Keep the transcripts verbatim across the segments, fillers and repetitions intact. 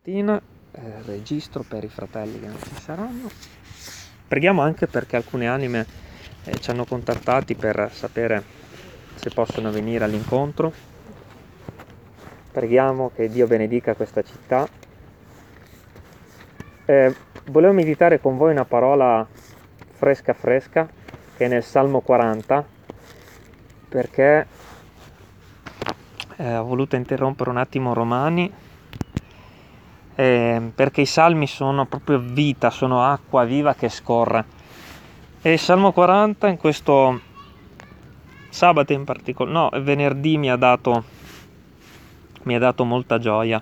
mattina, eh, registro per i fratelli che non ci saranno. Preghiamo anche perché alcune anime eh, ci hanno contattati per sapere se possono venire all'incontro. Preghiamo che Dio benedica questa città. Eh, volevo meditare con voi una parola fresca fresca che è nel Salmo quaranta, perché eh, ho voluto interrompere un attimo Romani, eh, perché i salmi sono proprio vita, sono acqua viva che scorre. E il Salmo quaranta in questo sabato in particolare, no, venerdì mi ha dato mi ha dato molta gioia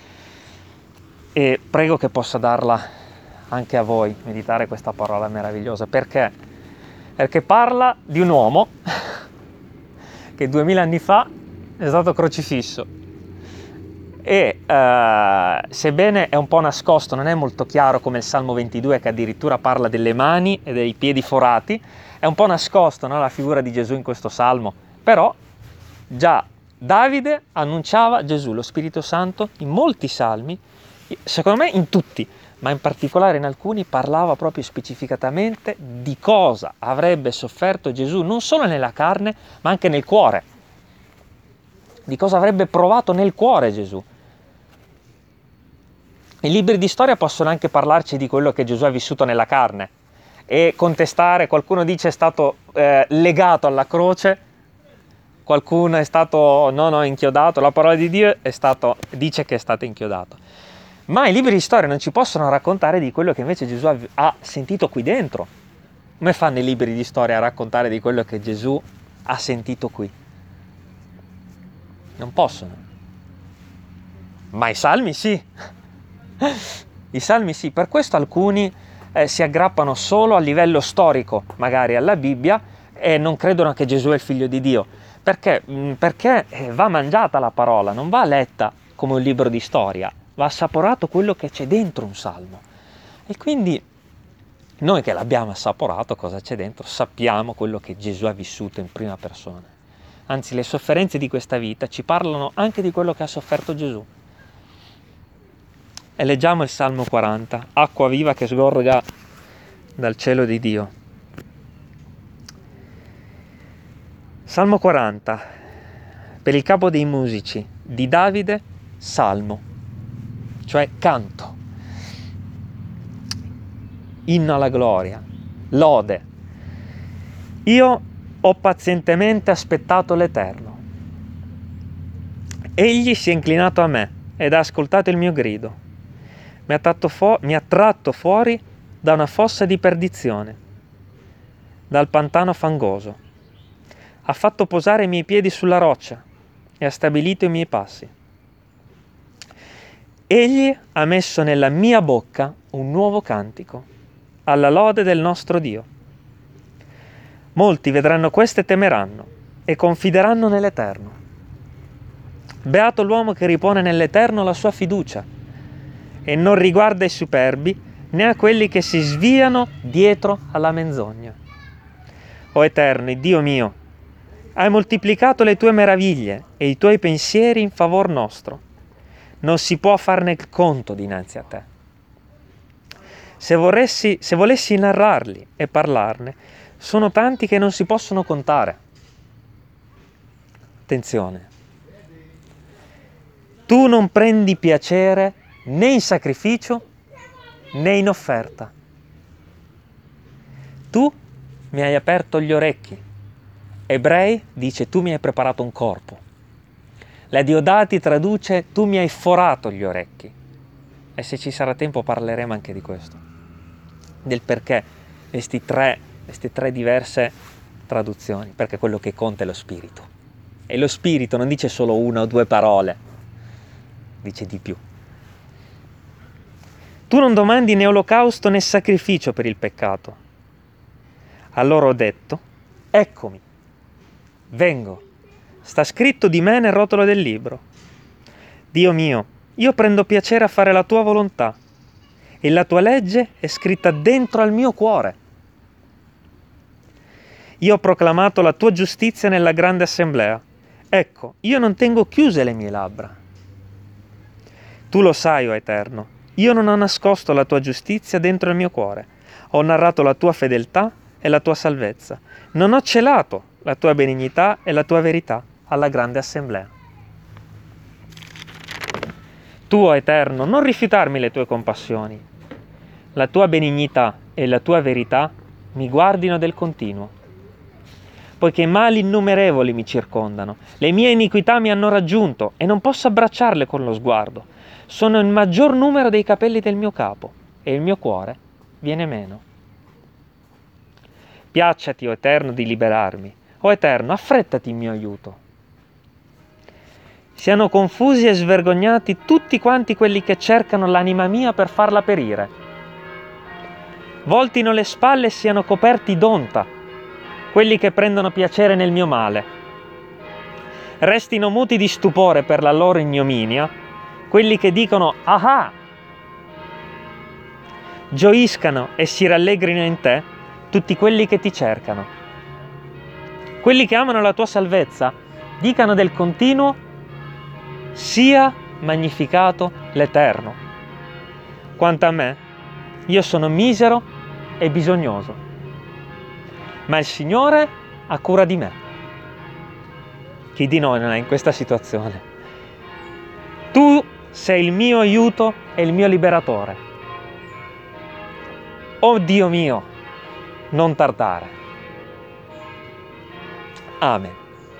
e prego che possa darla anche a voi, meditare questa parola meravigliosa. Perché? Perché parla di un uomo che duemila anni fa è stato crocifisso e eh, sebbene è un po' nascosto, non è molto chiaro come il Salmo ventidue che addirittura parla delle mani e dei piedi forati, è un po' nascosto, no, la figura di Gesù in questo Salmo, però già Davide annunciava Gesù, lo Spirito Santo, in molti salmi, secondo me in tutti, ma in particolare in alcuni parlava proprio specificatamente di cosa avrebbe sofferto Gesù, non solo nella carne, ma anche nel cuore, di cosa avrebbe provato nel cuore Gesù. I libri di storia possono anche parlarci di quello che Gesù ha vissuto nella carne e contestare, qualcuno dice è stato eh, legato alla croce, qualcuno è stato no no inchiodato, la parola di Dio è stato, dice che è stato inchiodato. Ma i libri di storia non ci possono raccontare di quello che invece Gesù ha, ha sentito qui dentro. Come fanno i libri di storia a raccontare di quello che Gesù ha sentito qui? Non possono. Ma i salmi sì. I salmi sì. Per questo alcuni eh, si aggrappano solo a livello storico, magari alla Bibbia, e non credono che Gesù è il figlio di Dio. Perché? Perché va mangiata la parola, non va letta come un libro di storia, va assaporato quello che c'è dentro un salmo. E quindi noi che l'abbiamo assaporato, cosa c'è dentro, sappiamo quello che Gesù ha vissuto in prima persona. Anzi, le sofferenze di questa vita ci parlano anche di quello che ha sofferto Gesù. E leggiamo il Salmo quaranta, acqua viva che sgorga dal cielo di Dio. Salmo quaranta, per il capo dei musici, di Davide, salmo, cioè canto, inno alla gloria, lode. Io ho pazientemente aspettato l'Eterno. Egli si è inclinato a me ed ha ascoltato il mio grido. Mi ha tratto, fu- mi ha tratto fuori da una fossa di perdizione, dal pantano fangoso. Ha fatto posare i miei piedi sulla roccia e ha stabilito i miei passi. Egli ha messo nella mia bocca un nuovo cantico, alla lode del nostro Dio. Molti vedranno questo e temeranno e confideranno nell'Eterno. Beato l'uomo che ripone nell'Eterno la sua fiducia e non riguarda i superbi né a quelli che si sviano dietro alla menzogna. O Eterno, Dio mio, hai moltiplicato le tue meraviglie e i tuoi pensieri in favor nostro. Non si può farne conto dinanzi a te. Se vorresti, se volessi narrarli e parlarne, sono tanti che non si possono contare. Attenzione. Tu non prendi piacere né in sacrificio né in offerta. Tu mi hai aperto gli orecchi. Ebrei dice tu mi hai preparato un corpo. La Diodati traduce tu mi hai forato gli orecchi. E se ci sarà tempo parleremo anche di questo, del perché questi tre, queste tre diverse traduzioni, perché quello che conta è lo spirito. E lo spirito non dice solo una o due parole, dice di più. Tu non domandi né olocausto né sacrificio per il peccato. Allora ho detto, eccomi. Vengo, sta scritto di me nel rotolo del libro. Dio mio, io prendo piacere a fare la tua volontà e la tua legge è scritta dentro al mio cuore. Io ho proclamato la tua giustizia nella grande assemblea. Ecco, io non tengo chiuse le mie labbra. Tu lo sai, o Eterno, io non ho nascosto la tua giustizia dentro il mio cuore, ho narrato la tua fedeltà e la tua salvezza, non ho celato la tua benignità e la tua verità alla grande assemblea. Tu, o Eterno, non rifiutarmi le tue compassioni, la tua benignità e la tua verità mi guardino del continuo. Poiché mali innumerevoli mi circondano, le mie iniquità mi hanno raggiunto e non posso abbracciarle con lo sguardo. Sono il maggior numero dei capelli del mio capo e il mio cuore viene meno. Piacciati, o Eterno, di liberarmi. O Eterno, affrettati in mio aiuto. Siano confusi e svergognati tutti quanti quelli che cercano l'anima mia per farla perire. Voltino le spalle e siano coperti d'onta quelli che prendono piacere nel mio male. Restino muti di stupore per la loro ignominia quelli che dicono ah. Gioiscano e si rallegrino in te tutti quelli che ti cercano. Quelli che amano la tua salvezza dicano del continuo: sia magnificato l'Eterno. Quanto a me, io sono misero e bisognoso, ma il Signore ha cura di me. Chi di noi non è in questa situazione? Tu sei il mio aiuto e il mio liberatore. Oh Dio mio, non tardare. Amen.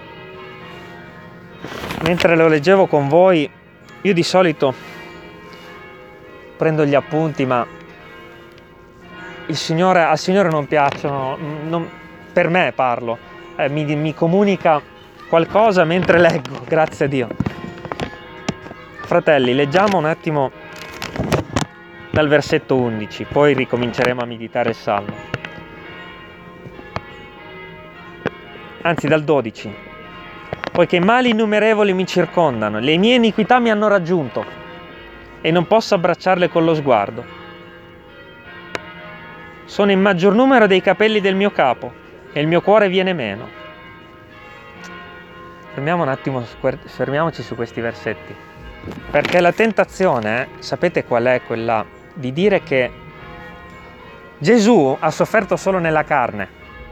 Mentre lo leggevo con voi, io di solito prendo gli appunti, ma il Signore, al Signore non piacciono, non, per me parlo, eh, mi, mi comunica qualcosa mentre leggo, grazie a Dio. Fratelli, leggiamo un attimo dal versetto undici, poi ricominceremo a meditare il Salmo. Anzi, dal dodici. Poiché mali innumerevoli mi circondano, le mie iniquità mi hanno raggiunto e non posso abbracciarle con lo sguardo. Sono il maggior numero dei capelli del mio capo e il mio cuore viene meno. Fermiamo un attimo, fermiamoci su questi versetti, perché la tentazione, eh, sapete qual è? Quella di dire che Gesù ha sofferto solo nella carne.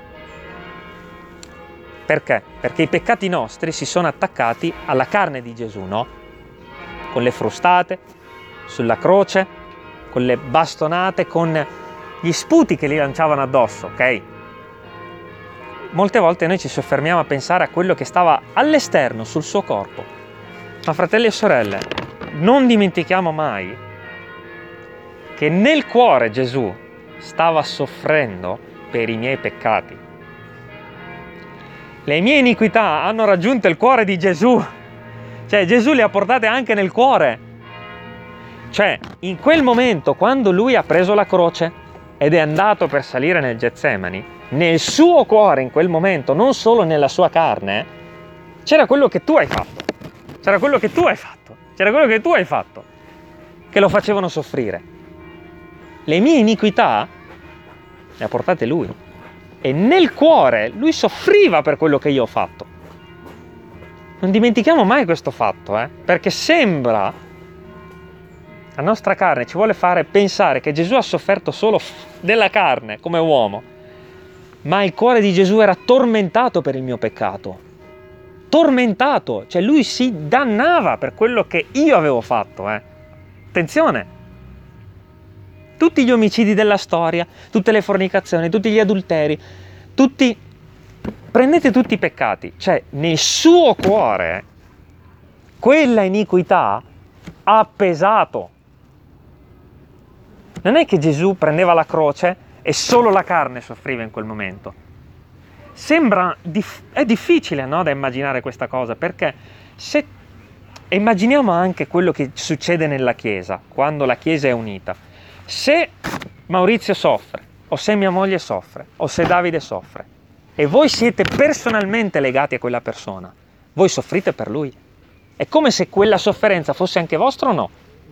Perché? Perché i peccati nostri si sono attaccati alla carne di Gesù, no? Con le frustate, sulla croce, con le bastonate, con gli sputi che gli lanciavano addosso, ok? Molte volte noi ci soffermiamo a pensare a quello che stava all'esterno, sul suo corpo. Ma fratelli e sorelle, non dimentichiamo mai che nel cuore Gesù stava soffrendo per i miei peccati. Le mie iniquità hanno raggiunto il cuore di Gesù, cioè Gesù le ha portate anche nel cuore. Cioè, in quel momento, quando lui ha preso la croce ed è andato per salire nel Getsemani, nel suo cuore in quel momento, non solo nella sua carne, c'era quello che tu hai fatto, c'era quello che tu hai fatto, c'era quello che tu hai fatto, che lo facevano soffrire. Le mie iniquità le ha portate lui. E nel cuore lui soffriva per quello che io ho fatto. Non dimentichiamo mai questo fatto, eh? Perché sembra, la nostra carne ci vuole fare pensare che Gesù ha sofferto solo della carne come uomo, ma il cuore di Gesù era tormentato per il mio peccato. Tormentato, cioè lui si dannava per quello che io avevo fatto, eh? Attenzione! Tutti gli omicidi della storia, tutte le fornicazioni, tutti gli adulteri, tutti, prendete tutti i peccati, cioè nel suo cuore quella iniquità ha pesato. Non è che Gesù prendeva la croce e solo la carne soffriva in quel momento. Sembra, è difficile, no, da immaginare questa cosa, perché se immaginiamo anche quello che succede nella Chiesa, quando la Chiesa è unita. Se Maurizio soffre, o se mia moglie soffre, o se Davide soffre, e voi siete personalmente legati a quella persona, voi soffrite per lui. È come se quella sofferenza fosse anche vostra o no?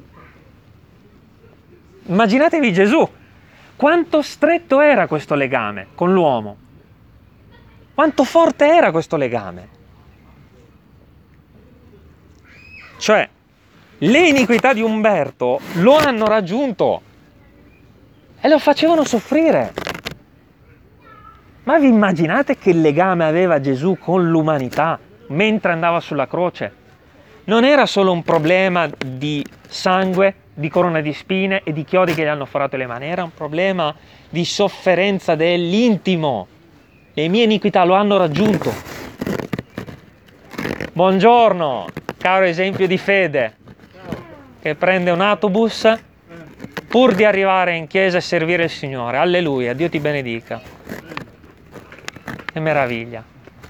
Immaginatevi Gesù, quanto stretto era questo legame con l'uomo, quanto forte era questo legame. Cioè, Le iniquità di Umberto lo hanno raggiunto e lo facevano soffrire. Ma vi immaginate che legame aveva Gesù con l'umanità mentre andava sulla croce? Non era solo un problema di sangue, di corona di spine e di chiodi che gli hanno forato le mani, era un problema di sofferenza dell'intimo. Le mie iniquità lo hanno raggiunto. Buongiorno, caro esempio di fede, che prende un autobus pur di arrivare in chiesa e servire il Signore. Alleluia, Dio ti benedica. Che meraviglia.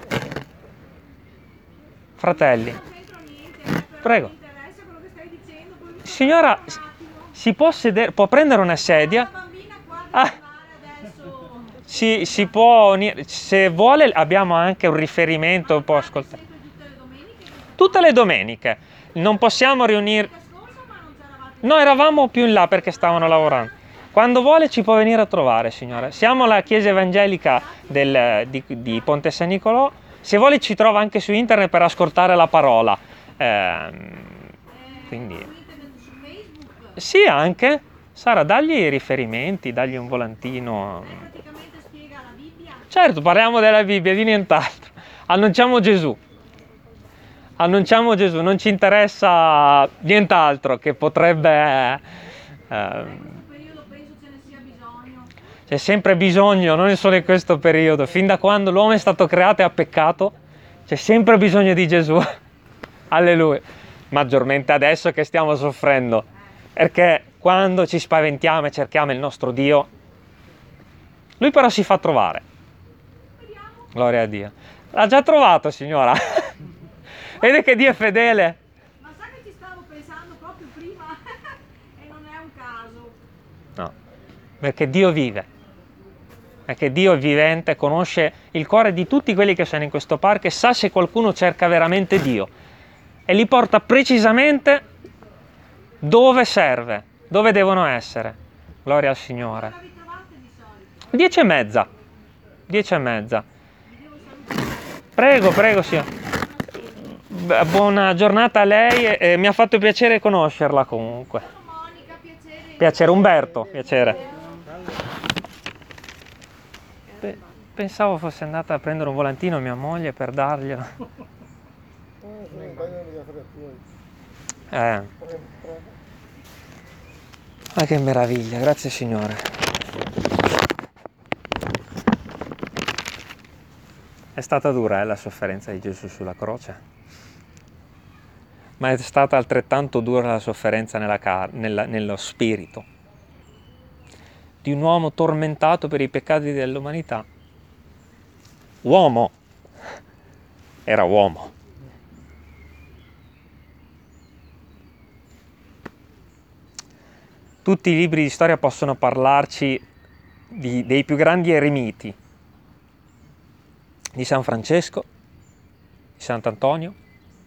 Fratelli, prego. Signora, si può sedere, può prendere una sedia? Ah, si, si può unire, se vuole abbiamo anche un riferimento, può ascoltare. Tutte le domeniche. Non possiamo riunire. No, eravamo più in là perché stavano lavorando. Quando vuole ci può venire a trovare, signora. Siamo la chiesa evangelica del, di, di Ponte San Nicolò. Se vuole ci trova anche su internet per ascoltare la parola. Eh, quindi sì, anche. Sara, dagli i riferimenti, dagli un volantino. Praticamente spiega la Bibbia. Certo, parliamo della Bibbia, di nient'altro. Annunciamo Gesù. Annunciamo Gesù, non ci interessa nient'altro che potrebbe... Eh, In questo periodo penso ce ne sia bisogno. c'è sempre bisogno, non solo in questo periodo, fin da quando l'uomo è stato creato e ha peccato, c'è sempre bisogno di Gesù. Alleluia. Maggiormente adesso che stiamo soffrendo, perché quando ci spaventiamo e cerchiamo il nostro Dio, Lui però si fa trovare. Gloria a Dio. L'ha già trovato, signora. Vede che Dio è fedele. Ma sa che ci stavo pensando proprio prima e non è un caso. No, perché Dio vive. Perché Dio è vivente, conosce il cuore di tutti quelli che sono in questo parco e sa se qualcuno cerca veramente Dio. E li porta precisamente dove serve, dove devono essere. Gloria al Signore. Dove vi trovate di solito? Dieci e mezza. Dieci e mezza. Vi devo salutare. Prego, prego, signora. Buona giornata a lei e, e mi ha fatto piacere conoscerla comunque. Sono Monica, piacere. Piacere, Umberto, piacere. Pe- pensavo fosse andata a prendere un volantino mia moglie per darglielo. Eh. Ma che meraviglia, grazie Signore. È stata dura eh, la sofferenza di Gesù sulla croce, ma è stata altrettanto dura la sofferenza nella car- nella, nello spirito di un uomo tormentato per i peccati dell'umanità. Uomo, era uomo. Tutti i libri di storia possono parlarci di, dei più grandi eremiti, di San Francesco, di Sant'Antonio,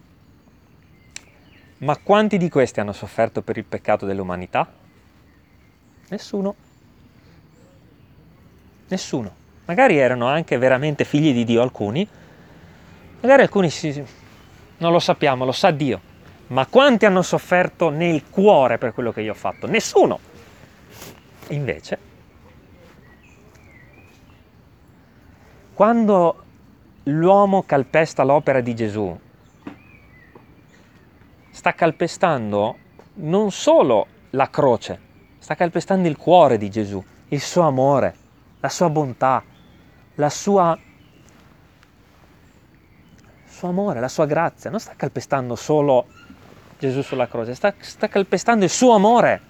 ma quanti di questi hanno sofferto per il peccato dell'umanità? Nessuno. Nessuno. Magari erano anche veramente figli di Dio alcuni, magari alcuni sì, non lo sappiamo, lo sa Dio, ma quanti hanno sofferto nel cuore per quello che io ho fatto? Nessuno. Invece, quando l'uomo calpesta l'opera di Gesù, sta calpestando non solo la croce, sta calpestando il cuore di Gesù, il suo amore, la sua bontà, la sua, il suo amore, la sua grazia. Non sta calpestando solo Gesù sulla croce, sta, sta calpestando il suo amore.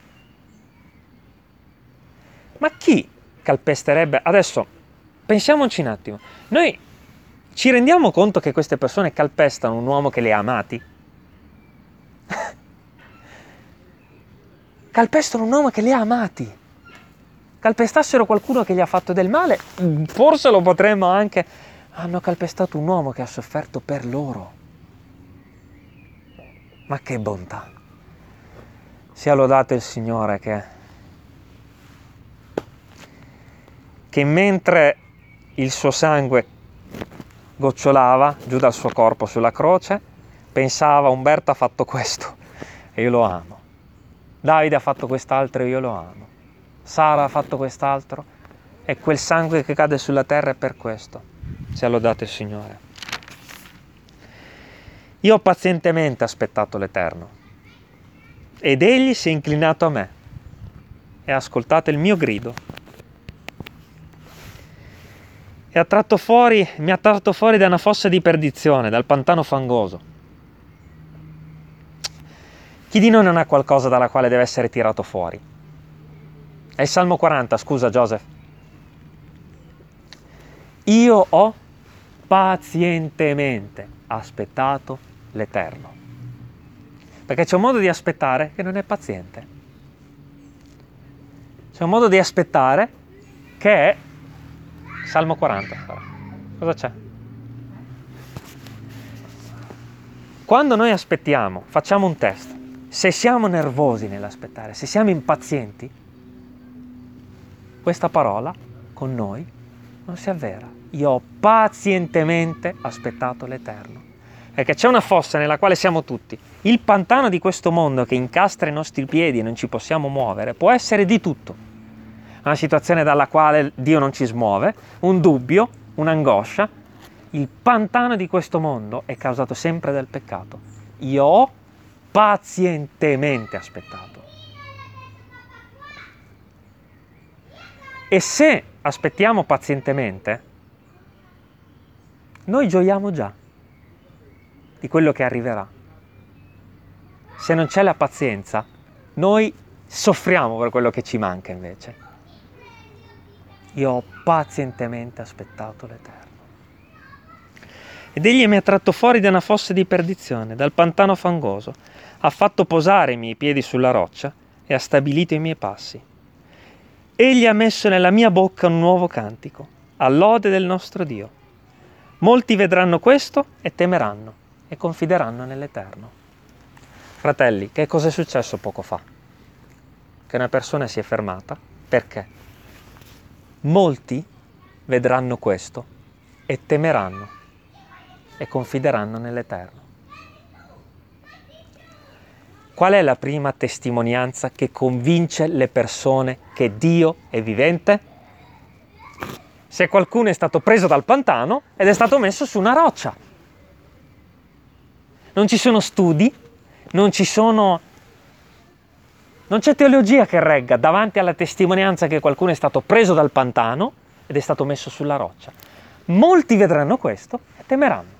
Ma chi calpesterebbe? Adesso pensiamoci un attimo. Noi ci rendiamo conto che queste persone calpestano un uomo che li ha amati? Calpestano un uomo che li ha amati. Calpestassero qualcuno che gli ha fatto del male, forse lo potremmo anche... Hanno calpestato un uomo che ha sofferto per loro. Ma che bontà. Sia lodato il Signore che... che mentre il suo sangue gocciolava giù dal suo corpo sulla croce, pensava: Umberto ha fatto questo e io lo amo. Davide ha fatto quest'altro e io lo amo. Sara ha fatto quest'altro e quel sangue che cade sulla terra è per questo. Sia lodato il Signore. Io ho pazientemente aspettato l'Eterno ed egli si è inclinato a me e ha ascoltato il mio grido e ha tratto fuori, mi ha tratto fuori da una fossa di perdizione, dal pantano fangoso. Chi di noi non ha qualcosa dalla quale deve essere tirato fuori? È il Salmo quaranta, scusa Joseph. Io ho pazientemente aspettato l'Eterno. Perché c'è un modo di aspettare che non è paziente. C'è un modo di aspettare che è Salmo quaranta. Cosa c'è? Quando noi aspettiamo, facciamo un test. Se siamo nervosi nell'aspettare, se siamo impazienti, questa parola con noi non si avvera. Io ho pazientemente aspettato l'Eterno. Perché c'è una fossa nella quale siamo tutti. Il pantano di questo mondo che incastra i nostri piedi e non ci possiamo muovere può essere di tutto. Una situazione dalla quale Dio non ci smuove, un dubbio, un'angoscia. Il pantano di questo mondo è causato sempre dal peccato. Io ho pazientemente aspettato. E se aspettiamo pazientemente, noi gioiamo già di quello che arriverà. Se non c'è la pazienza, noi soffriamo per quello che ci manca invece. Io ho pazientemente aspettato l'Eterno. Ed egli mi ha tratto fuori da una fossa di perdizione, dal pantano fangoso, ha fatto posare i miei piedi sulla roccia e ha stabilito i miei passi. Egli ha messo nella mia bocca un nuovo cantico, all'ode del nostro Dio. Molti vedranno questo e temeranno e confideranno nell'Eterno. Fratelli, che cosa è successo poco fa? Che una persona si è fermata. Perché? Molti vedranno questo e temeranno e confideranno nell'Eterno. Qual è la prima testimonianza che convince le persone che Dio è vivente? Se qualcuno è stato preso dal pantano ed è stato messo su una roccia. Non ci sono studi, non ci sono... non c'è teologia che regga davanti alla testimonianza che qualcuno è stato preso dal pantano ed è stato messo sulla roccia. Molti vedranno questo e temeranno.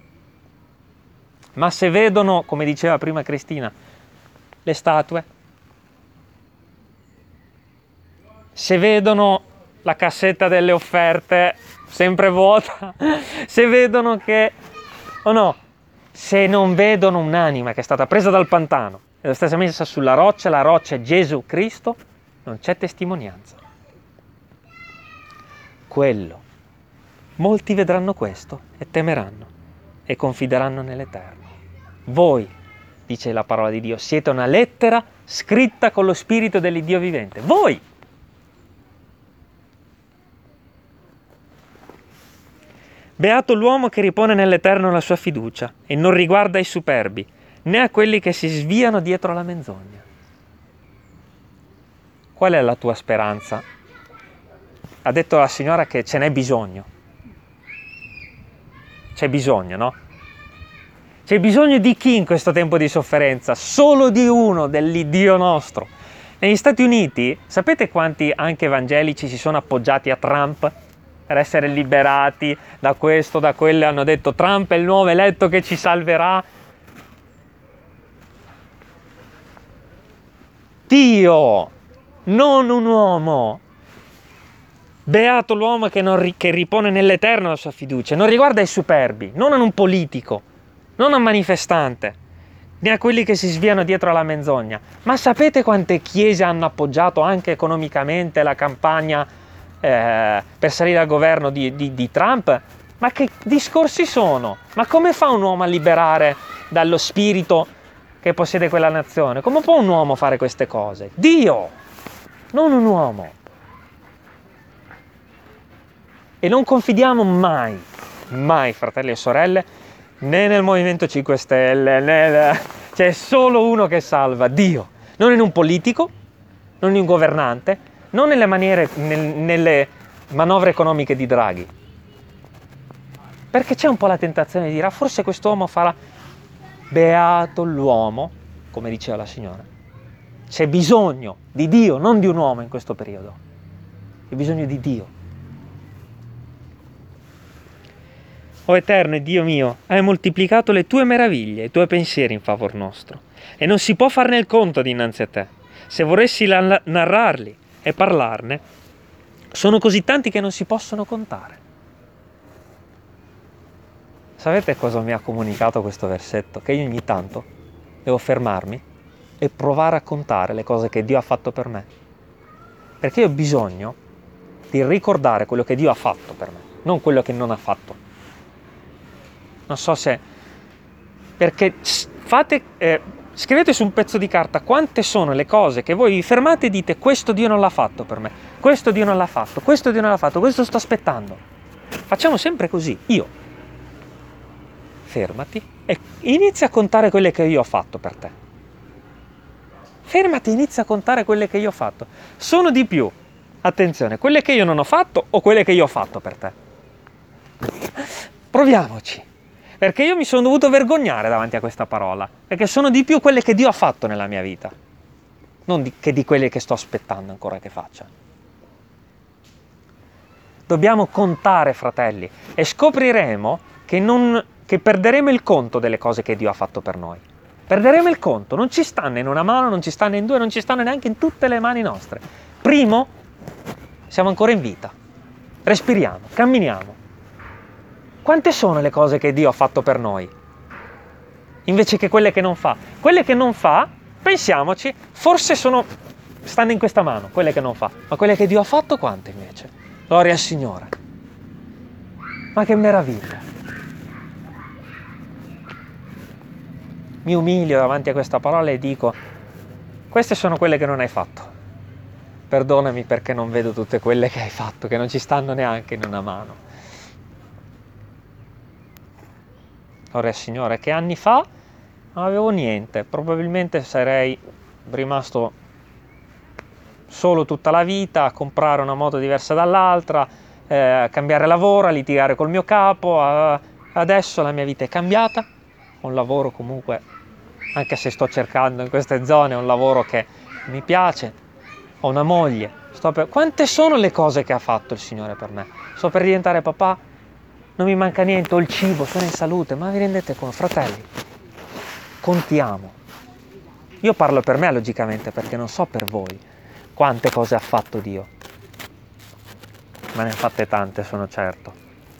Ma se vedono, come diceva prima Cristina, le statue, se vedono la cassetta delle offerte sempre vuota, se vedono che, o no, se non vedono un'anima che è stata presa dal pantano ed è stata messa sulla roccia, la roccia è Gesù Cristo, non c'è testimonianza. Quello. Molti vedranno questo e temeranno e confideranno nell'Eterno. Voi, dice la parola di Dio, siete una lettera scritta con lo spirito dell'Iddio vivente. Voi! Beato l'uomo che ripone nell'Eterno la sua fiducia e non riguarda i superbi, né a quelli che si sviano dietro alla menzogna. Qual è la tua speranza? Ha detto la signora che ce n'è bisogno. C'è bisogno, no? C'è bisogno di chi in questo tempo di sofferenza? Solo di uno, dell'Iddio nostro. Negli Stati Uniti, sapete quanti anche evangelici si sono appoggiati a Trump per essere liberati da questo, da quello? Hanno detto Trump è il nuovo eletto che ci salverà. Dio, non un uomo. Beato l'uomo che, non ri- che ripone nell'Eterno la sua fiducia. Non riguarda i superbi, non a un politico, non a un manifestante, né a quelli che si sviano dietro alla menzogna. Ma sapete quante chiese hanno appoggiato anche economicamente la campagna eh, per salire al governo di, di, di Trump? Ma che discorsi sono? Ma come fa un uomo a liberare dallo spirito che possiede quella nazione? Come può un uomo fare queste cose? Dio, non un uomo. E non confidiamo mai, mai, fratelli e sorelle, né nel Movimento cinque Stelle, né... C'è solo uno che salva, Dio. Non in un politico, non in un governante, non nelle maniere, nel, nelle manovre economiche di Draghi. Perché c'è un po' la tentazione di dire, ah, forse quest'uomo farà... Beato l'uomo, come diceva la signora. C'è bisogno di Dio, non di un uomo in questo periodo. C'è bisogno di Dio. O Eterno e Dio mio, hai moltiplicato le tue meraviglie, i tuoi pensieri in favor nostro, e non si può farne il conto dinanzi a te. Se vorresti la- narrarli e parlarne, sono così tanti che non si possono contare. Sapete cosa mi ha comunicato questo versetto? Che io ogni tanto devo fermarmi e provare a contare le cose che Dio ha fatto per me. Perché io ho bisogno di ricordare quello che Dio ha fatto per me, non quello che non ha fatto. Non so se... Perché fate... Eh, scrivete su un pezzo di carta quante sono le cose che voi vi fermate e dite questo Dio non l'ha fatto per me, questo Dio non l'ha fatto, questo Dio non l'ha fatto, questo sto aspettando. Facciamo sempre così, io. Fermati e inizia a contare quelle che io ho fatto per te. Fermati e inizia a contare quelle che io ho fatto. Sono di più, attenzione, quelle che io non ho fatto o quelle che io ho fatto per te? Proviamoci, perché io mi sono dovuto vergognare davanti a questa parola, perché sono di più quelle che Dio ha fatto nella mia vita, non di, che di quelle che sto aspettando ancora che faccia. Dobbiamo contare, fratelli, e scopriremo che non... che perderemo il conto delle cose che Dio ha fatto per noi. Perderemo il conto, non ci stanno in una mano, non ci stanno in due, non ci stanno neanche in tutte le mani nostre. Primo, siamo ancora in vita, respiriamo, camminiamo. Quante sono le cose che Dio ha fatto per noi? Invece che quelle che non fa. Quelle che non fa, pensiamoci, forse sono, stanno in questa mano, quelle che non fa. Ma quelle che Dio ha fatto, quante invece? Gloria al Signore. Ma che meraviglia. Mi umilio davanti a questa parola e dico, queste sono quelle che non hai fatto. Perdonami perché non vedo tutte quelle che hai fatto, che non ci stanno neanche in una mano. Ora, Signore, che anni fa non avevo niente, probabilmente sarei rimasto solo tutta la vita a comprare una moto diversa dall'altra, eh, a cambiare lavoro, a litigare col mio capo. A... Adesso la mia vita è cambiata. Un lavoro comunque, anche se sto cercando in queste zone, un lavoro che mi piace, ho una moglie, sto per... quante sono le cose che ha fatto il Signore per me? Sto per diventare papà, non mi manca niente, ho il cibo, sono in salute, ma vi rendete conto, fratelli? Contiamo. Io parlo per me logicamente, perché non so per voi quante cose ha fatto Dio, ma ne ha fatte tante, sono certo.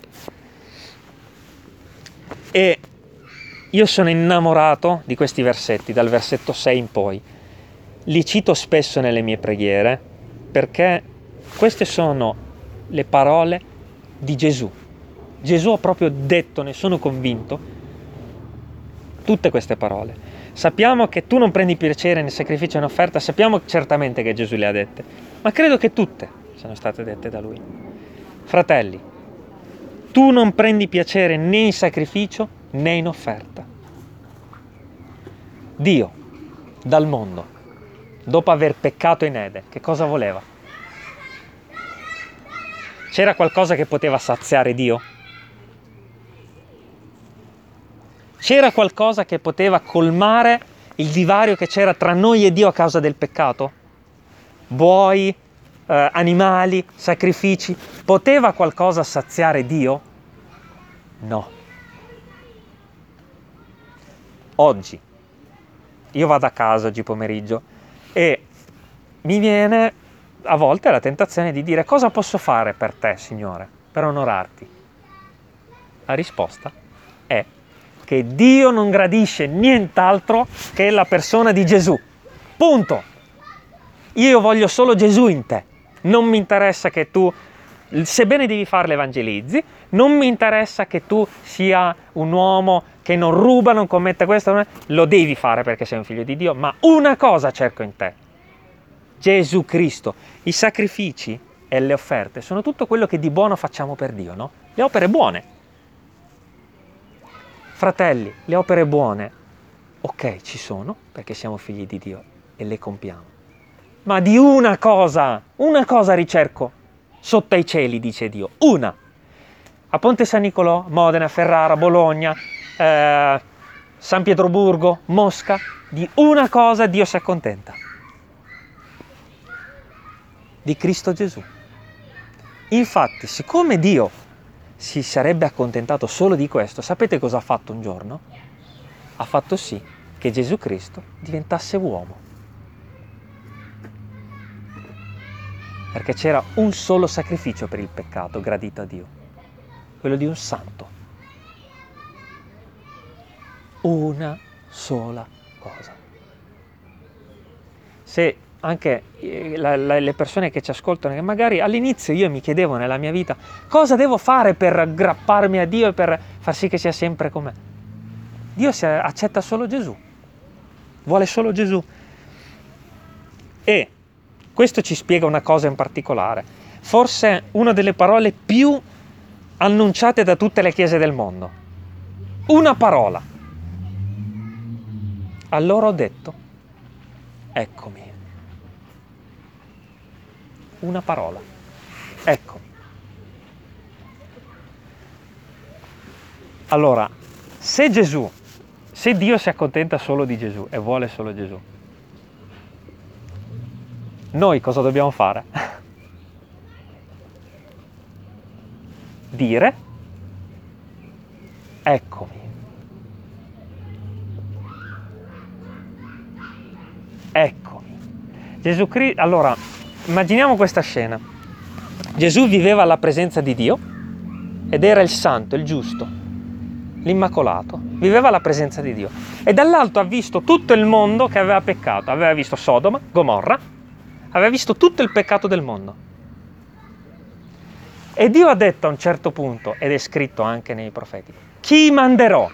E io sono innamorato di questi versetti, dal versetto sei in poi. Li cito spesso nelle mie preghiere, perché queste sono le parole di Gesù. Gesù ha proprio detto, ne sono convinto, tutte queste parole. Sappiamo che tu non prendi piacere nel sacrificio e nell'offerta, sappiamo certamente che Gesù le ha dette, ma credo che tutte siano state dette da Lui. Fratelli, tu non prendi piacere né in sacrificio né in offerta. Dio, dal mondo, dopo aver peccato in Eden, che cosa voleva? C'era qualcosa che poteva saziare Dio? C'era qualcosa che poteva colmare il divario che c'era tra noi e Dio a causa del peccato? Buoi, eh, animali, sacrifici? Poteva qualcosa saziare Dio? No. Oggi, io vado a casa oggi pomeriggio e mi viene a volte la tentazione di dire: cosa posso fare per te, Signore, per onorarti? La risposta è che Dio non gradisce nient'altro che la persona di Gesù. Punto. Io voglio solo Gesù in te. Non mi interessa che tu, sebbene devi fare l'evangelizzi, non mi interessa che tu sia un uomo che non ruba, non commette questo, lo devi fare perché sei un figlio di Dio, ma una cosa cerco in te: Gesù Cristo. I sacrifici e le offerte sono tutto quello che di buono facciamo per Dio, no? Le opere buone. Fratelli, le opere buone ok, ci sono, perché siamo figli di Dio e le compiamo. Ma di una cosa, una cosa ricerco sotto ai cieli, dice Dio, una. A Ponte San Nicolò, Modena, Ferrara, Bologna, eh, San Pietroburgo, Mosca, di una cosa Dio si accontenta. Di Cristo Gesù. Infatti, siccome Dio si sarebbe accontentato solo di questo, sapete cosa ha fatto un giorno? Ha fatto sì che Gesù Cristo diventasse uomo. Perché c'era un solo sacrificio per il peccato gradito a Dio, quello di un santo. Una sola cosa. Se anche la, la, le persone che ci ascoltano, che magari all'inizio io mi chiedevo nella mia vita cosa devo fare per aggrapparmi a Dio e per far sì che sia sempre con me. Dio si accetta solo Gesù, vuole solo Gesù. E questo ci spiega una cosa in particolare, forse una delle parole più annunciate da tutte le chiese del mondo. Una parola. Allora ho detto, eccomi. Una parola, eccomi. Allora, se Gesù, se Dio si accontenta solo di Gesù e vuole solo Gesù, noi cosa dobbiamo fare? Dire, eccomi. Eccomi. Gesù Cristo, allora, immaginiamo questa scena. Gesù viveva alla presenza di Dio ed era il santo, il giusto, l'immacolato. Viveva alla presenza di Dio. E dall'alto ha visto tutto il mondo che aveva peccato. Aveva visto Sodoma, Gomorra, aveva visto tutto il peccato del mondo. E Dio ha detto a un certo punto, ed è scritto anche nei profeti, chi manderò?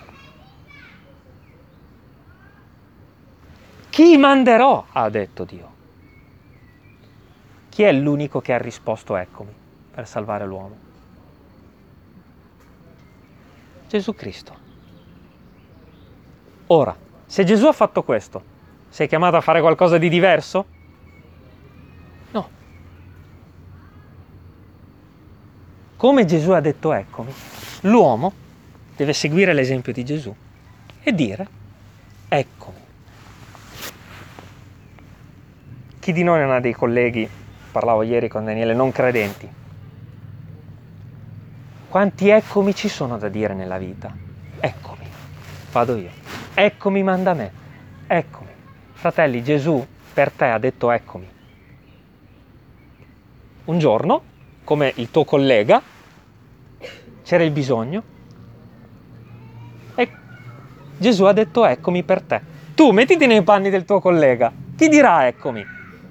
Chi manderò? Ha detto Dio. Chi è l'unico che ha risposto eccomi per salvare l'uomo? Gesù Cristo. Ora, se Gesù ha fatto questo, sei chiamato a fare qualcosa di diverso? No. Come Gesù ha detto eccomi, l'uomo deve seguire l'esempio di Gesù e dire eccomi. Chi di noi non ha dei colleghi, parlavo ieri con Daniele, non credenti? Quanti eccomi ci sono da dire nella vita? Eccomi, vado io. Eccomi, manda me. Eccomi. Fratelli, Gesù per te ha detto eccomi. Un giorno, come il tuo collega, c'era il bisogno e Gesù ha detto eccomi per te. Tu mettiti nei panni del tuo collega. Chi dirà eccomi?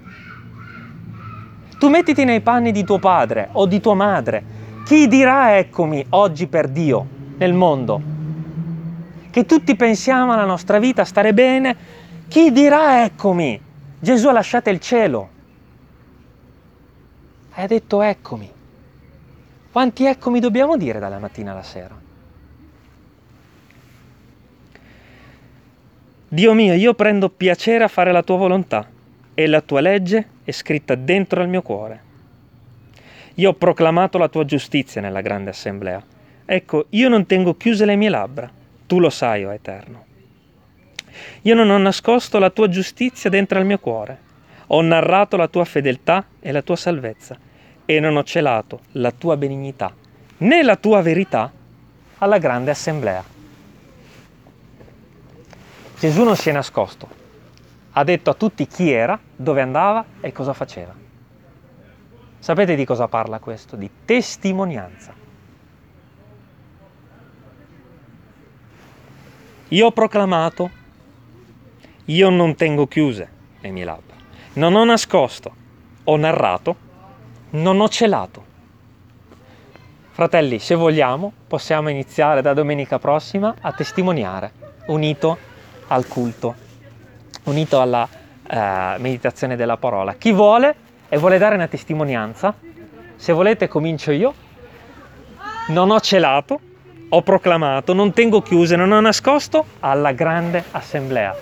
Tu mettiti nei panni di tuo padre o di tua madre. Chi dirà eccomi oggi per Dio nel mondo? Che tutti pensiamo alla nostra vita, a stare bene. Chi dirà eccomi? Gesù ha lasciato il cielo. E ha detto eccomi. Quanti eccomi dobbiamo dire dalla mattina alla sera? Dio mio, io prendo piacere a fare la tua volontà e la tua legge è scritta dentro al mio cuore. Io ho proclamato la tua giustizia nella grande assemblea. Ecco, io non tengo chiuse le mie labbra. Tu lo sai, o Eterno. Io non ho nascosto la tua giustizia dentro al mio cuore. Ho narrato la tua fedeltà e la tua salvezza e non ho celato la tua benignità né la tua verità alla grande assemblea. Gesù non si è nascosto. Ha detto a tutti chi era, dove andava e cosa faceva. Sapete di cosa parla questo? Di testimonianza. Io ho proclamato, io non tengo chiuse le mie labbra, non ho nascosto, ho narrato, non ho celato. Fratelli, se vogliamo, possiamo iniziare da domenica prossima a testimoniare, unito al culto, unito alla eh, meditazione della parola. Chi vuole e vuole dare una testimonianza, se volete comincio io. Non ho celato, ho proclamato, non tengo chiuse, non ho nascosto alla grande assemblea.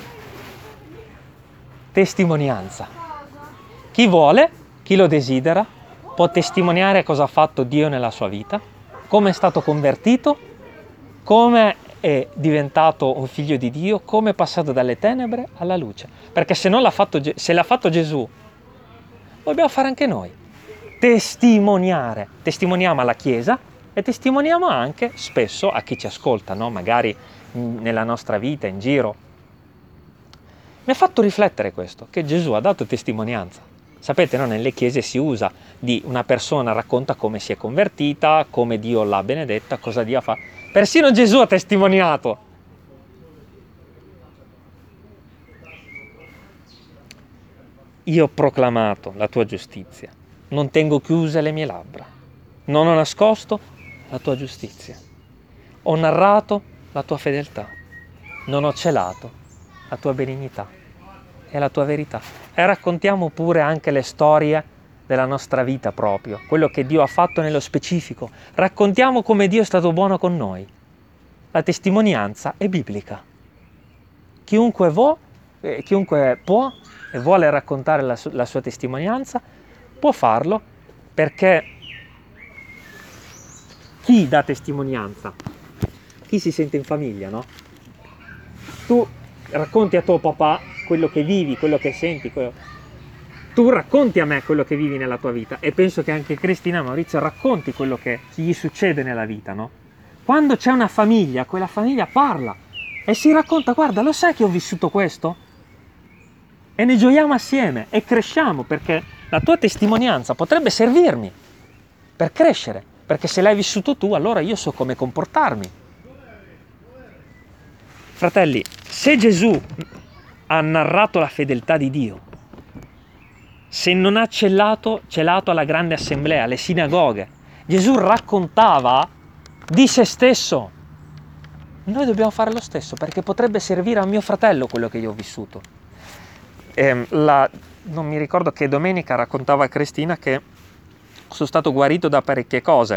Testimonianza. Chi vuole, chi lo desidera, può testimoniare cosa ha fatto Dio nella sua vita, come è stato convertito, come è diventato un figlio di Dio, come è passato dalle tenebre alla luce. Perché se non l'ha fatto, se l'ha fatto Gesù, lo dobbiamo fare anche noi. Testimoniare. Testimoniamo alla Chiesa e testimoniamo anche spesso a chi ci ascolta, no? Magari nella nostra vita, in giro. Mi ha fatto riflettere questo, che Gesù ha dato testimonianza. Sapete, no? Nelle chiese si usa di una persona racconta come si è convertita, come Dio l'ha benedetta, cosa Dio fa. Persino Gesù ha testimoniato. Io ho proclamato la tua giustizia, non tengo chiuse le mie labbra, non ho nascosto la tua giustizia, ho narrato la tua fedeltà, non ho celato la tua benignità e la tua verità. E raccontiamo pure anche le storie della nostra vita proprio, quello che Dio ha fatto nello specifico. Raccontiamo come Dio è stato buono con noi. La testimonianza è biblica. Chiunque, vo, eh, chiunque può e vuole raccontare la, su- la sua testimonianza, può farlo, perché chi dà testimonianza? Chi si sente in famiglia, no? Tu racconti a tuo papà quello che vivi, quello che senti, quello... tu racconti a me quello che vivi nella tua vita, e penso che anche Cristina e Maurizio racconti quello che gli succede nella vita, no? Quando c'è una famiglia, quella famiglia parla e si racconta: guarda, lo sai che ho vissuto questo? E ne gioiamo assieme e cresciamo, perché la tua testimonianza potrebbe servirmi per crescere, perché se l'hai vissuto tu, allora io so come comportarmi. Fratelli, se Gesù ha narrato la fedeltà di Dio, se non ha celato, celato alla grande assemblea, alle sinagoghe, Gesù raccontava di se stesso, noi dobbiamo fare lo stesso, perché potrebbe servire a mio fratello quello che io ho vissuto. Eh, la, non mi ricordo che domenica raccontava a Cristina che sono stato guarito da parecchie cose,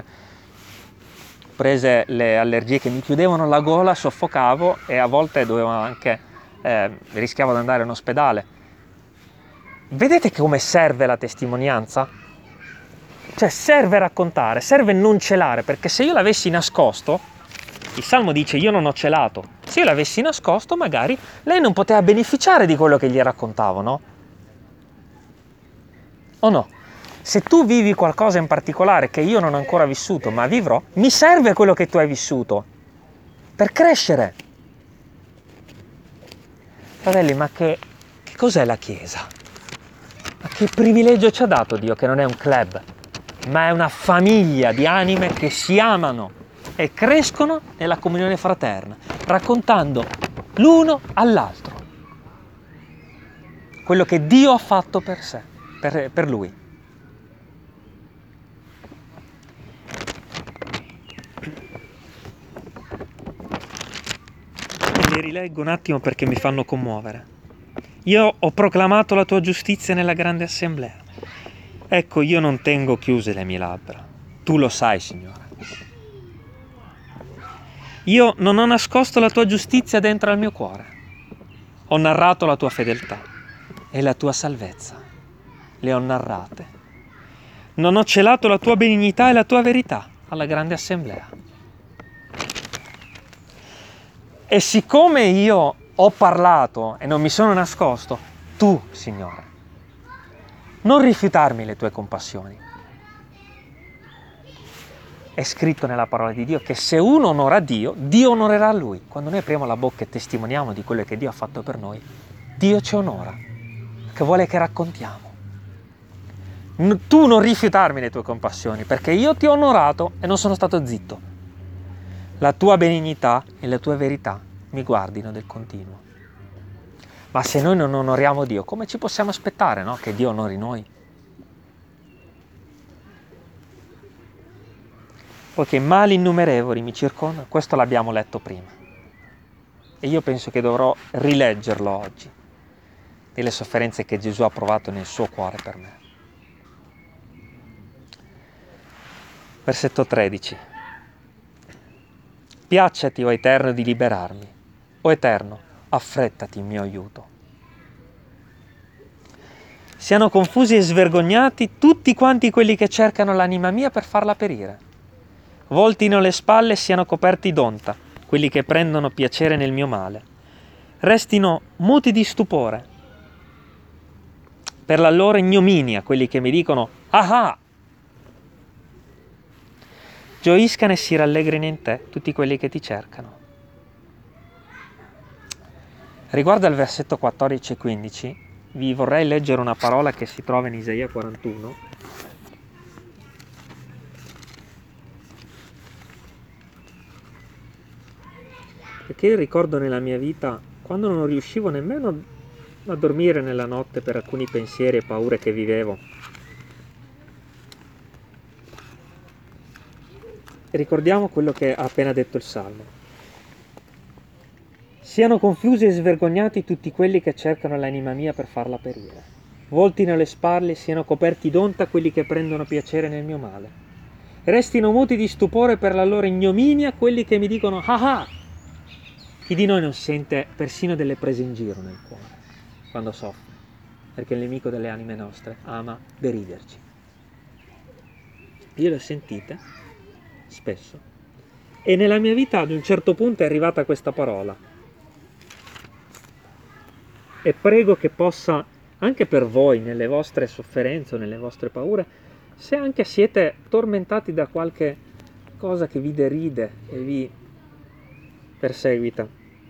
prese le allergie che mi chiudevano la gola, soffocavo e a volte dovevo anche eh, rischiavo di andare in ospedale. Vedete come serve la testimonianza? Cioè serve raccontare, serve non celare, perché se io l'avessi nascosto, il Salmo dice io non ho celato, se io l'avessi nascosto magari lei non poteva beneficiare di quello che gli raccontavo, no? O no? Se tu vivi qualcosa in particolare che io non ho ancora vissuto, ma vivrò, mi serve quello che tu hai vissuto per crescere. Fratelli, ma che, che cos'è la Chiesa? Ma che privilegio ci ha dato Dio, che non è un club, ma è una famiglia di anime che si amano e crescono nella comunione fraterna, raccontando l'uno all'altro quello che Dio ha fatto per sé, per, per Lui. Le rileggo un attimo perché mi fanno commuovere. Io ho proclamato la tua giustizia nella grande assemblea. Ecco, io non tengo chiuse le mie labbra. Tu lo sai, Signore. Io non ho nascosto la tua giustizia dentro al mio cuore. Ho narrato la tua fedeltà e la tua salvezza. Le ho narrate. Non ho celato la tua benignità e la tua verità alla grande assemblea. E siccome io ho parlato e non mi sono nascosto, tu, Signore, non rifiutarmi le tue compassioni. È scritto nella parola di Dio che se uno onora Dio, Dio onorerà Lui. Quando noi apriamo la bocca e testimoniamo di quello che Dio ha fatto per noi, Dio ci onora, che vuole che raccontiamo. Tu non rifiutarmi le tue compassioni, perché io ti ho onorato e non sono stato zitto. La tua benignità e la tua verità mi guardino del continuo. Ma se noi non onoriamo Dio, come ci possiamo aspettare, no? Che Dio onori noi? Poiché mali innumerevoli mi circondano, questo l'abbiamo letto prima. E io penso che dovrò rileggerlo oggi, delle sofferenze che Gesù ha provato nel suo cuore per me. Versetto tredici. Piacciati, o Eterno, di liberarmi. O Eterno, affrettati in mio aiuto. Siano confusi e svergognati tutti quanti quelli che cercano l'anima mia per farla perire. Voltino le spalle e siano coperti d'onta quelli che prendono piacere nel mio male. Restino muti di stupore per la loro ignominia quelli che mi dicono ah ah. Gioiscano e si rallegrino in te tutti quelli che ti cercano. Riguardo al versetto quattordici e quindici, vi vorrei leggere una parola che si trova in Isaia quarantuno. Perché io ricordo nella mia vita, quando non riuscivo nemmeno a dormire nella notte per alcuni pensieri e paure che vivevo, ricordiamo quello che ha appena detto il Salmo. Siano confusi e svergognati tutti quelli che cercano l'anima mia per farla perire. Voltino le spalle e siano coperti d'onta quelli che prendono piacere nel mio male. Restino muti di stupore per la loro ignominia quelli che mi dicono ah ah. Chi di noi non sente persino delle prese in giro nel cuore quando soffre, perché il nemico delle anime nostre ama deriderci. Io le ho sentite spesso e nella mia vita ad un certo punto è arrivata questa parola. E prego che possa, anche per voi, nelle vostre sofferenze o nelle vostre paure, se anche siete tormentati da qualche cosa che vi deride e vi perseguita.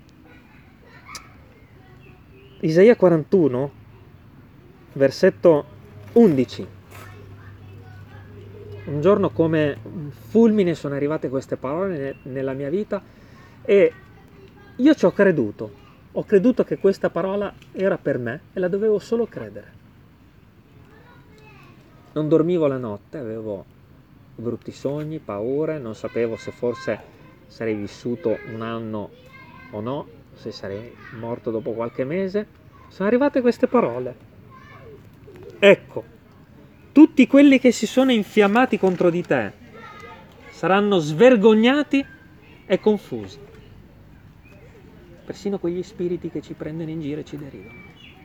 Isaia quarantuno, versetto undici. Un giorno come un fulmine sono arrivate queste parole nella mia vita e io ci ho creduto. Ho creduto che questa parola era per me e la dovevo solo credere. Non dormivo la notte, avevo brutti sogni, paure, non sapevo se forse sarei vissuto un anno o no, se sarei morto dopo qualche mese. Sono arrivate queste parole. Ecco, tutti quelli che si sono infiammati contro di te saranno svergognati e confusi. Persino quegli spiriti che ci prendono in giro e ci deridono.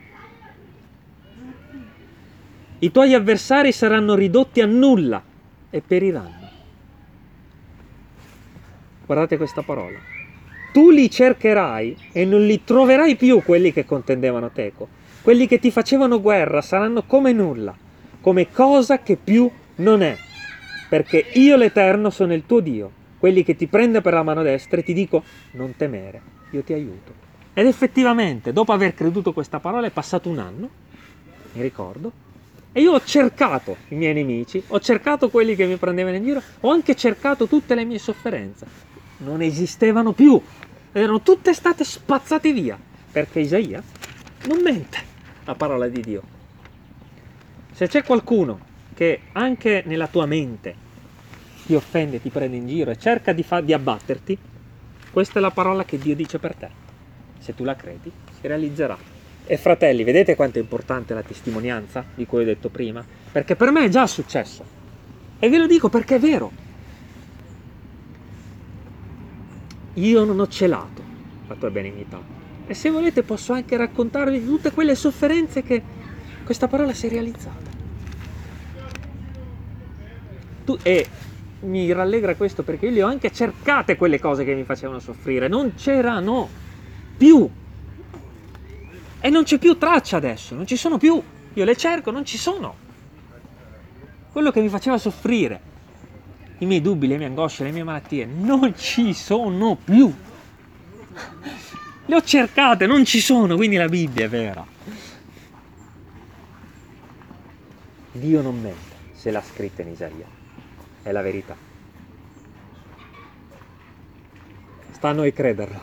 I tuoi avversari saranno ridotti a nulla e periranno. Guardate questa parola. Tu li cercherai e non li troverai più quelli che contendevano teco. Quelli che ti facevano guerra saranno come nulla, come cosa che più non è. Perché io l'Eterno sono il tuo Dio. Quelli che ti prende per la mano destra e ti dico non temere. Io ti aiuto. Ed effettivamente, dopo aver creduto questa parola, è passato un anno, mi ricordo, e io ho cercato i miei nemici, ho cercato quelli che mi prendevano in giro, ho anche cercato tutte le mie sofferenze. Non esistevano più, erano tutte state spazzate via, perché Isaia non mente la parola di Dio. Se c'è qualcuno che anche nella tua mente ti offende, ti prende in giro e cerca di, fa- di abbatterti, questa è la parola che Dio dice per te. Se tu la credi, si realizzerà. E fratelli, vedete quanto è importante la testimonianza di cui ho detto prima? Perché per me è già successo. E ve lo dico perché è vero. Io non ho celato la tua benignità. E se volete posso anche raccontarvi di tutte quelle sofferenze che questa parola si è realizzata. Tu, e mi rallegra questo perché io le ho anche cercate quelle cose che mi facevano soffrire, non c'erano più e non c'è più traccia adesso, non ci sono più, io le cerco, non ci sono. Quello che mi faceva soffrire, i miei dubbi, le mie angosce, le mie malattie, non ci sono più, le ho cercate, non ci sono, quindi la Bibbia è vera. Dio non mente se l'ha scritta in Isaia. È la verità. Sta a noi crederlo.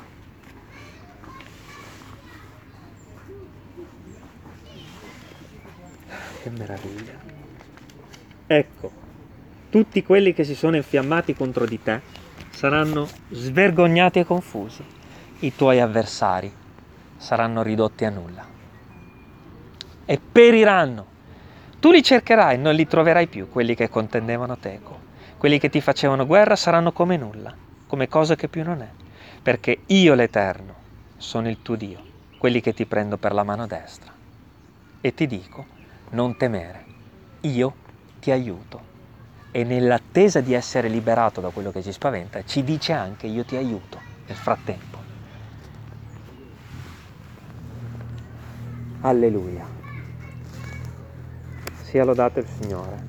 Che meraviglia. Ecco, tutti quelli che si sono infiammati contro di te saranno svergognati e confusi. I tuoi avversari saranno ridotti a nulla e periranno. Tu li cercherai, non li troverai più, quelli che contendevano teco. Quelli che ti facevano guerra saranno come nulla come cosa che più non è, perché io l'Eterno sono il tuo Dio, quelli che ti prendo per la mano destra e ti dico, non temere, io ti aiuto. E nell'attesa di essere liberato da quello che ci spaventa, ci dice anche io ti aiuto nel frattempo. Alleluia. Sia lodato il Signore.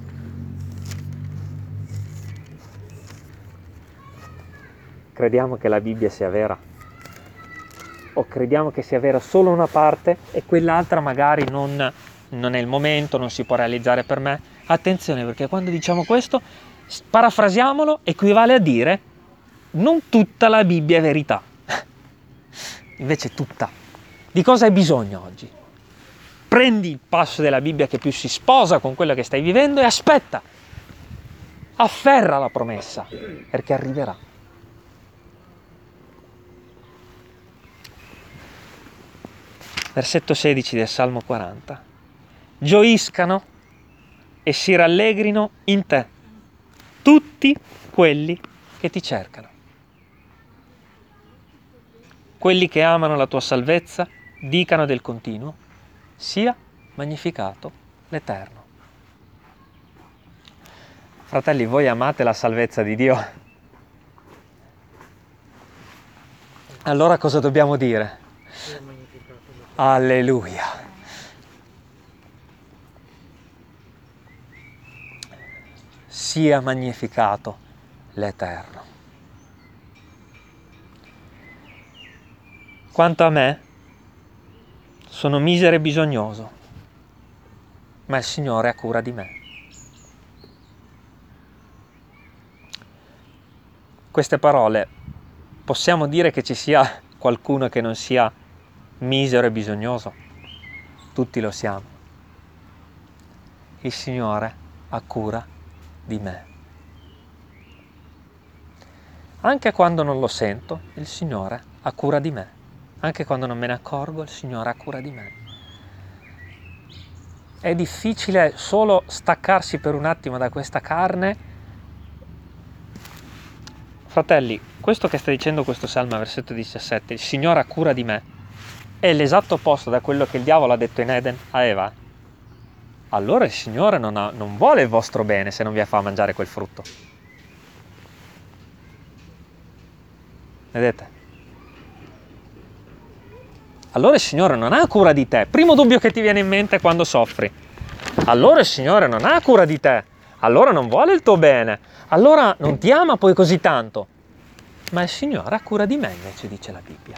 Crediamo che la Bibbia sia vera o crediamo che sia vera solo una parte e quell'altra magari non, non è il momento, non si può realizzare per me. Attenzione, perché quando diciamo questo, parafrasiamolo, equivale a dire non tutta la Bibbia è verità, invece tutta. Di cosa hai bisogno oggi? Prendi il passo della Bibbia che più si sposa con quello che stai vivendo e aspetta, afferra la promessa, perché arriverà. Versetto sedici del Salmo quaranta. Gioiscano e si rallegrino in te tutti quelli che ti cercano. Quelli che amano la tua salvezza dicano del continuo, sia magnificato l'Eterno. Fratelli, voi amate la salvezza di Dio? Allora cosa dobbiamo dire? Alleluia. Sia magnificato l'Eterno. Quanto a me, sono misero e bisognoso, ma il Signore ha cura di me. Queste parole, possiamo dire che ci sia qualcuno che non sia misero e bisognoso? Tutti lo siamo. Il Signore ha cura di me. Anche quando non lo sento, il Signore ha cura di me. Anche quando non me ne accorgo, il Signore ha cura di me. È difficile solo staccarsi per un attimo da questa carne. Fratelli, questo che sta dicendo questo Salmo, versetto diciassette, il Signore ha cura di me, è l'esatto opposto da quello che il diavolo ha detto in Eden a Eva. Allora il Signore non, ha, non vuole il vostro bene se non vi fa mangiare quel frutto. Vedete? Allora il Signore non ha cura di te. Primo dubbio che ti viene in mente quando soffri. Allora il Signore non ha cura di te. Allora non vuole il tuo bene. Allora non ti ama poi così tanto. Ma il Signore ha cura di me, invece, dice la Bibbia.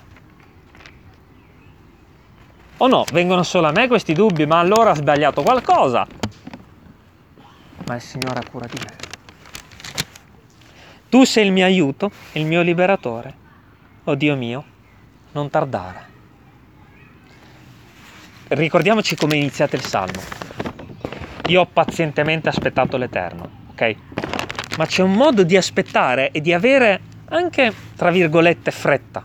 O no, vengono solo a me questi dubbi, ma allora ha sbagliato qualcosa. Ma il Signore ha cura di me. Tu sei il mio aiuto, il mio liberatore. Oh Dio mio, non tardare. Ricordiamoci come è iniziato il Salmo. Io ho pazientemente aspettato l'Eterno, ok? Ma c'è un modo di aspettare e di avere anche, tra virgolette, fretta.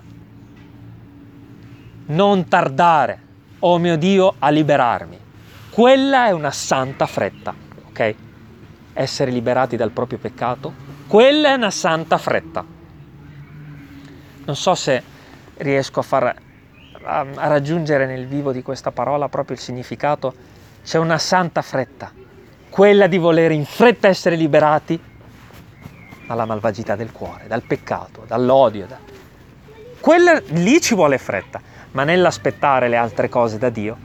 Non tardare, oh mio Dio, a liberarmi. Quella è una santa fretta, ok? Essere liberati dal proprio peccato, quella è una santa fretta. Non so se riesco a far a, a raggiungere nel vivo di questa parola proprio il significato. C'è una santa fretta, quella di volere in fretta essere liberati dalla malvagità del cuore, dal peccato, dall'odio. Da... Quella lì ci vuole fretta, ma nell'aspettare le altre cose da Dio,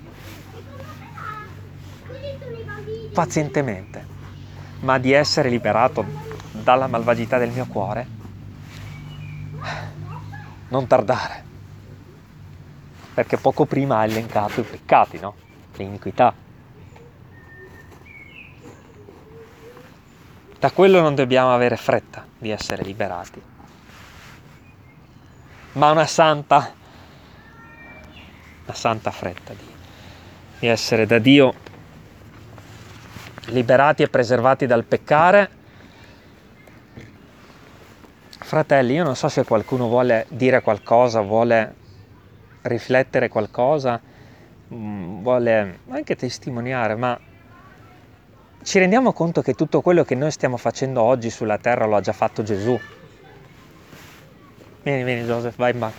pazientemente, ma di essere liberato dalla malvagità del mio cuore, non tardare, perché poco prima ha elencato i peccati, no? Le iniquità. Da quello non dobbiamo avere fretta di essere liberati, ma una santa, una santa fretta di, di essere da Dio liberati e preservati dal peccare. Fratelli, io non so se qualcuno vuole dire qualcosa, vuole riflettere qualcosa, vuole anche testimoniare, ma ci rendiamo conto che tutto quello che noi stiamo facendo oggi sulla terra lo ha già fatto Gesù. Vieni, vieni Joseph, vai in bar.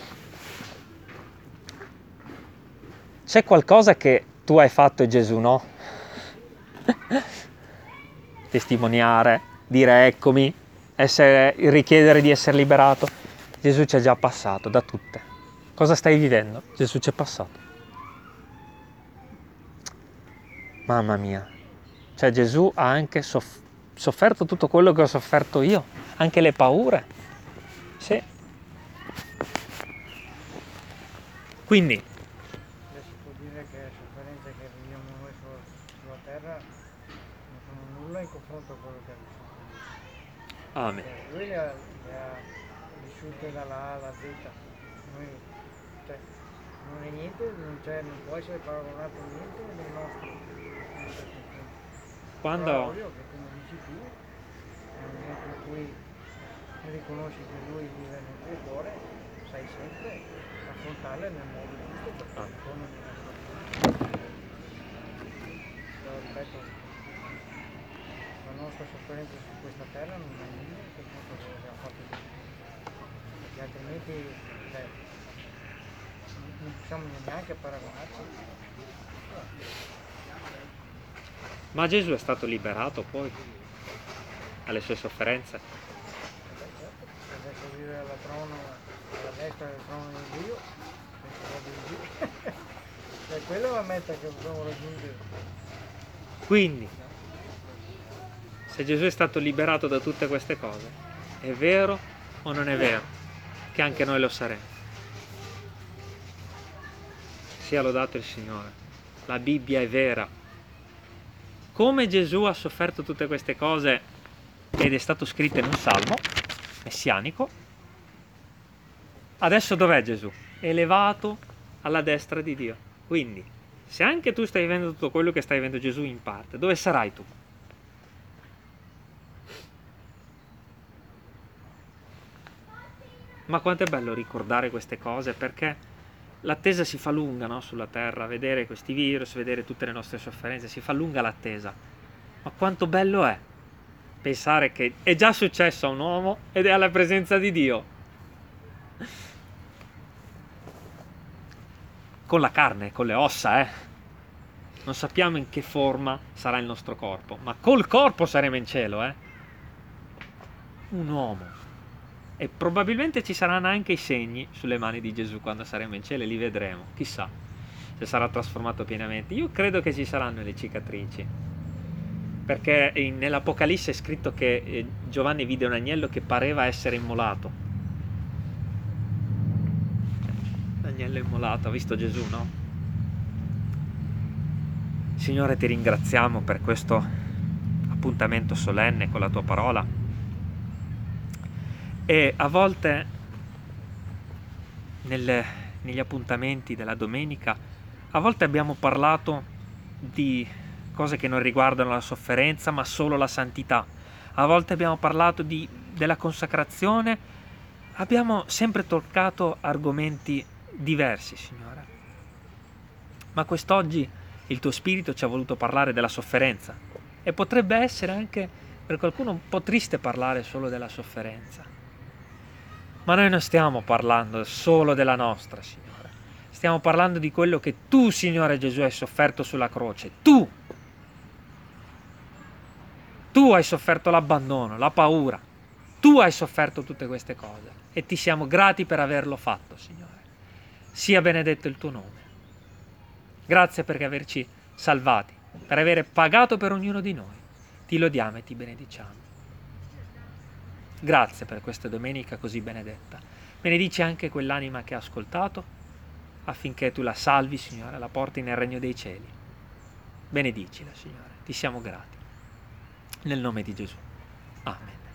C'è qualcosa che tu hai fatto e Gesù no? Testimoniare, dire eccomi, essere, richiedere di essere liberato. Gesù ci è già passato da tutte. Cosa stai vivendo? Gesù ci è passato. Mamma mia. Cioè Gesù ha anche soff- sofferto tutto quello che ho sofferto io, anche le paure. Sì. Quindi Si può dire che le sofferenze che viviamo noi su- sulla terra non sono nulla in confronto a quello che ha vissuto. Amen. Cioè, lui le ha, le ha vissute dalla A alla Z. Noi, cioè, non è niente, non, c'è, non può essere paragonato a niente del nostro. Quando Però è ovvio che, come dici tu, nel momento in cui riconosci che lui vive nel tuo cuore, sai sempre affrontarle nel modo giusto perché Ah. sono nella sua vita. Però ripeto, la nostra sofferenza su questa terra non è nulla in confronto a quello che ha fatto Gesù. Perché altrimenti cioè, non possiamo neanche paragonarci. Ma Gesù è stato liberato poi alle sue sofferenze? Adesso vive alla trono, alla destra del trono di Dio, di Dio. E quella è la meta che dobbiamo raggiungere. Quindi, se Gesù è stato liberato da tutte queste cose, è vero o non è vero che anche noi lo saremo? Sia lodato il Signore. La Bibbia è vera. Come Gesù ha sofferto tutte queste cose ed è stato scritto in un salmo messianico, adesso dov'è Gesù? Elevato alla destra di Dio. Quindi, se anche tu stai vivendo tutto quello che stai vivendo Gesù in parte, dove sarai tu? Ma quanto è bello ricordare queste cose, perché l'attesa si fa lunga, no? Sulla terra, vedere questi virus, vedere tutte le nostre sofferenze, si fa lunga l'attesa. Ma quanto bello è pensare che è già successo a un uomo ed è alla presenza di Dio. Con la carne, con le ossa, eh. Non sappiamo in che forma sarà il nostro corpo, ma col corpo saremo in cielo, eh. Un uomo. E probabilmente ci saranno anche i segni sulle mani di Gesù quando saremo in cielo e li vedremo, chissà se sarà trasformato pienamente. Io credo che ci saranno le cicatrici, perché in, nell'Apocalisse è scritto che eh, Giovanni vide un agnello che pareva essere immolato. L'agnello immolato, ha visto Gesù, no? Signore, ti ringraziamo per questo appuntamento solenne con la tua parola. E a volte nelle, negli appuntamenti della domenica, a volte abbiamo parlato di cose che non riguardano la sofferenza, ma solo la santità. A volte abbiamo parlato di, della consacrazione, abbiamo sempre toccato argomenti diversi, Signore. Ma quest'oggi il tuo Spirito ci ha voluto parlare della sofferenza e potrebbe essere anche per qualcuno un po' triste parlare solo della sofferenza. Ma noi non stiamo parlando solo della nostra, Signore. Stiamo parlando di quello che tu, Signore Gesù, hai sofferto sulla croce. Tu! Tu hai sofferto l'abbandono, la paura. Tu hai sofferto tutte queste cose. E ti siamo grati per averlo fatto, Signore. Sia benedetto il tuo nome. Grazie per averci salvati, per aver pagato per ognuno di noi. Ti lodiamo e ti benediciamo. Grazie per questa domenica così benedetta. Benedici anche quell'anima che ha ascoltato, affinché tu la salvi, Signore, la porti nel regno dei cieli. Benedicila, Signore, ti siamo grati. Nel nome di Gesù. Amen.